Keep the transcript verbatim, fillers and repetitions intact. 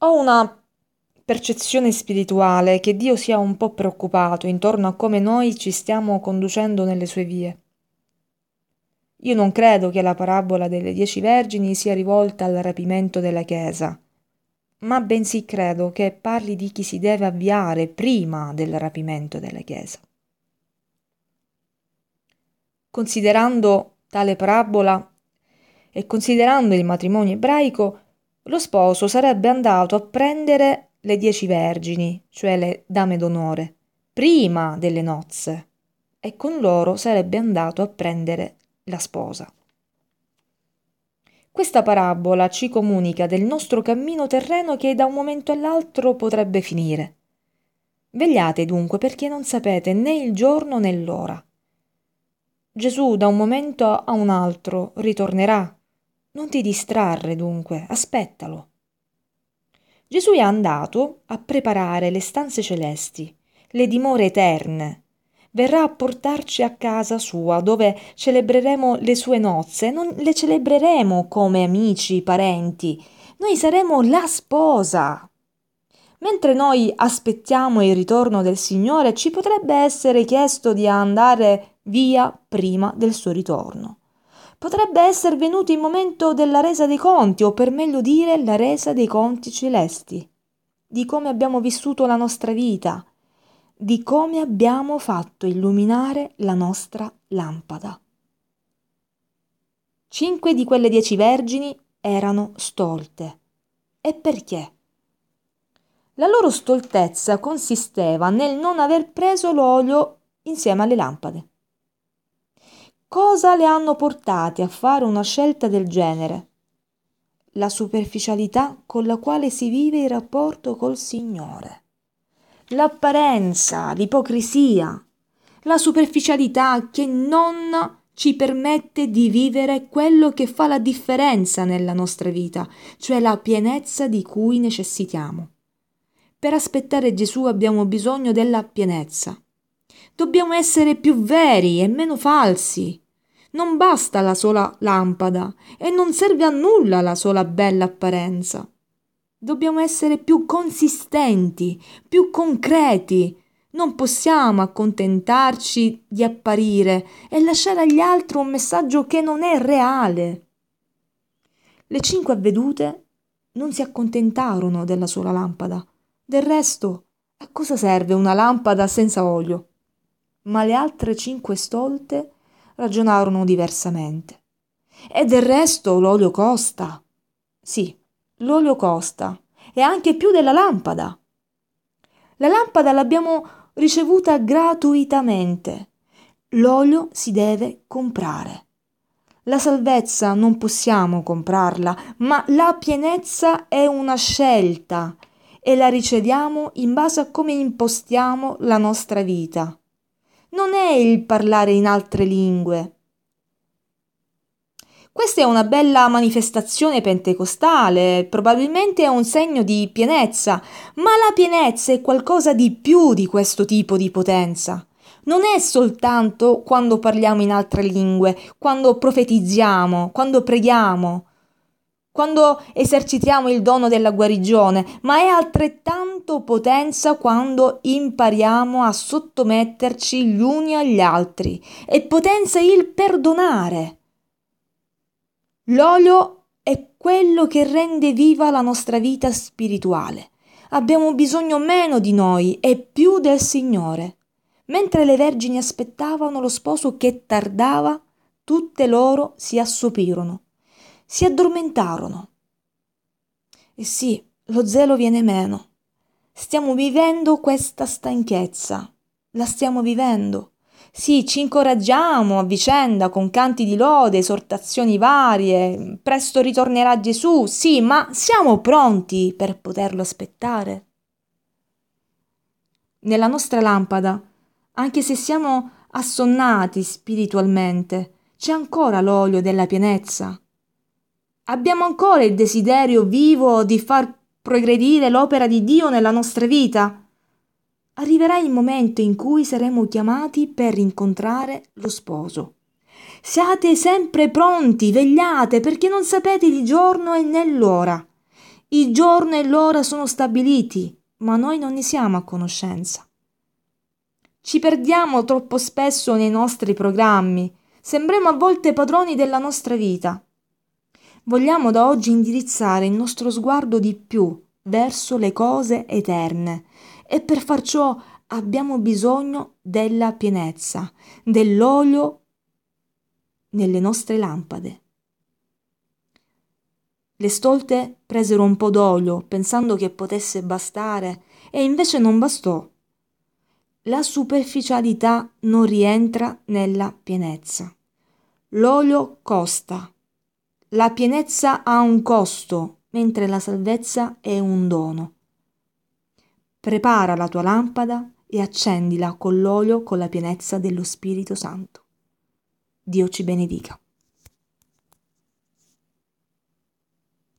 Ho una percezione spirituale che Dio sia un po' preoccupato intorno a come noi ci stiamo conducendo nelle sue vie. Io non credo che la parabola delle dieci vergini sia rivolta al rapimento della Chiesa, ma bensì credo che parli di chi si deve avviare prima del rapimento della Chiesa. Considerando tale parabola e considerando il matrimonio ebraico, lo sposo sarebbe andato a prendere le dieci vergini, cioè le dame d'onore, prima delle nozze, e con loro sarebbe andato a prendere la sposa. Questa parabola ci comunica del nostro cammino terreno che da un momento all'altro potrebbe finire. Vegliate dunque perché non sapete né il giorno né l'ora. Gesù da un momento a un altro ritornerà. Non ti distrarre dunque, aspettalo. Gesù è andato a preparare le stanze celesti, le dimore eterne. Verrà a portarci a casa sua, dove celebreremo le sue nozze. Non le celebreremo come amici, parenti. Noi saremo la sposa. Mentre noi aspettiamo il ritorno del Signore, ci potrebbe essere chiesto di andare via prima del suo ritorno. Potrebbe essere venuto il momento della resa dei conti, o per meglio dire la resa dei conti celesti, di come abbiamo vissuto la nostra vita, di come abbiamo fatto illuminare la nostra lampada. Cinque di quelle dieci vergini erano stolte. E perché? La loro stoltezza consisteva nel non aver preso l'olio insieme alle lampade. Cosa le hanno portate a fare una scelta del genere? La superficialità con la quale si vive il rapporto col Signore. L'apparenza, l'ipocrisia, la superficialità che non ci permette di vivere quello che fa la differenza nella nostra vita, cioè la pienezza di cui necessitiamo. Per aspettare Gesù abbiamo bisogno della pienezza. Dobbiamo essere più veri e meno falsi. Non basta la sola lampada e non serve a nulla la sola bella apparenza. Dobbiamo essere più consistenti, più concreti. Non possiamo accontentarci di apparire e lasciare agli altri un messaggio che non è reale. Le cinque avvedute non si accontentarono della sola lampada. Del resto, a cosa serve una lampada senza olio? Ma le altre cinque stolte ragionarono diversamente. E del resto l'olio costa. Sì, l'olio costa, e anche più della lampada. La lampada l'abbiamo ricevuta gratuitamente. L'olio si deve comprare. La salvezza non possiamo comprarla, ma la pienezza è una scelta e la riceviamo in base a come impostiamo la nostra vita. Non è il parlare in altre lingue. Questa è una bella manifestazione pentecostale, probabilmente è un segno di pienezza, ma la pienezza è qualcosa di più di questo tipo di potenza. Non è soltanto quando parliamo in altre lingue, quando profetizziamo, quando preghiamo, quando esercitiamo il dono della guarigione, ma è altrettanto potenza quando impariamo a sottometterci gli uni agli altri. È potenza il perdonare. L'olio è quello che rende viva la nostra vita spirituale. Abbiamo bisogno meno di noi e più del Signore. Mentre le vergini aspettavano lo sposo che tardava, tutte loro si assopirono, si addormentarono. E sì, lo zelo viene meno. Stiamo vivendo questa stanchezza. La stiamo vivendo. Sì, ci incoraggiamo a vicenda con canti di lode, esortazioni varie. Presto ritornerà Gesù. Sì, ma siamo pronti per poterlo aspettare? Nella nostra lampada, anche se siamo assonnati spiritualmente, c'è ancora l'olio della pienezza. Abbiamo ancora il desiderio vivo di far progredire l'opera di Dio nella nostra vita. Arriverà il momento in cui saremo chiamati per incontrare lo sposo. Siate sempre pronti, vegliate, perché non sapete il giorno e né l'ora. Il giorno e l'ora sono stabiliti, ma noi non ne siamo a conoscenza. Ci perdiamo troppo spesso nei nostri programmi, sembriamo a volte padroni della nostra vita. Vogliamo da oggi indirizzare il nostro sguardo di più verso le cose eterne e per far ciò abbiamo bisogno della pienezza, dell'olio nelle nostre lampade. Le stolte presero un po' d'olio pensando che potesse bastare e invece non bastò. La superficialità non rientra nella pienezza. L'olio costa. La pienezza ha un costo, mentre la salvezza è un dono. Prepara la tua lampada e accendila con l'olio con la pienezza dello Spirito Santo. Dio ci benedica.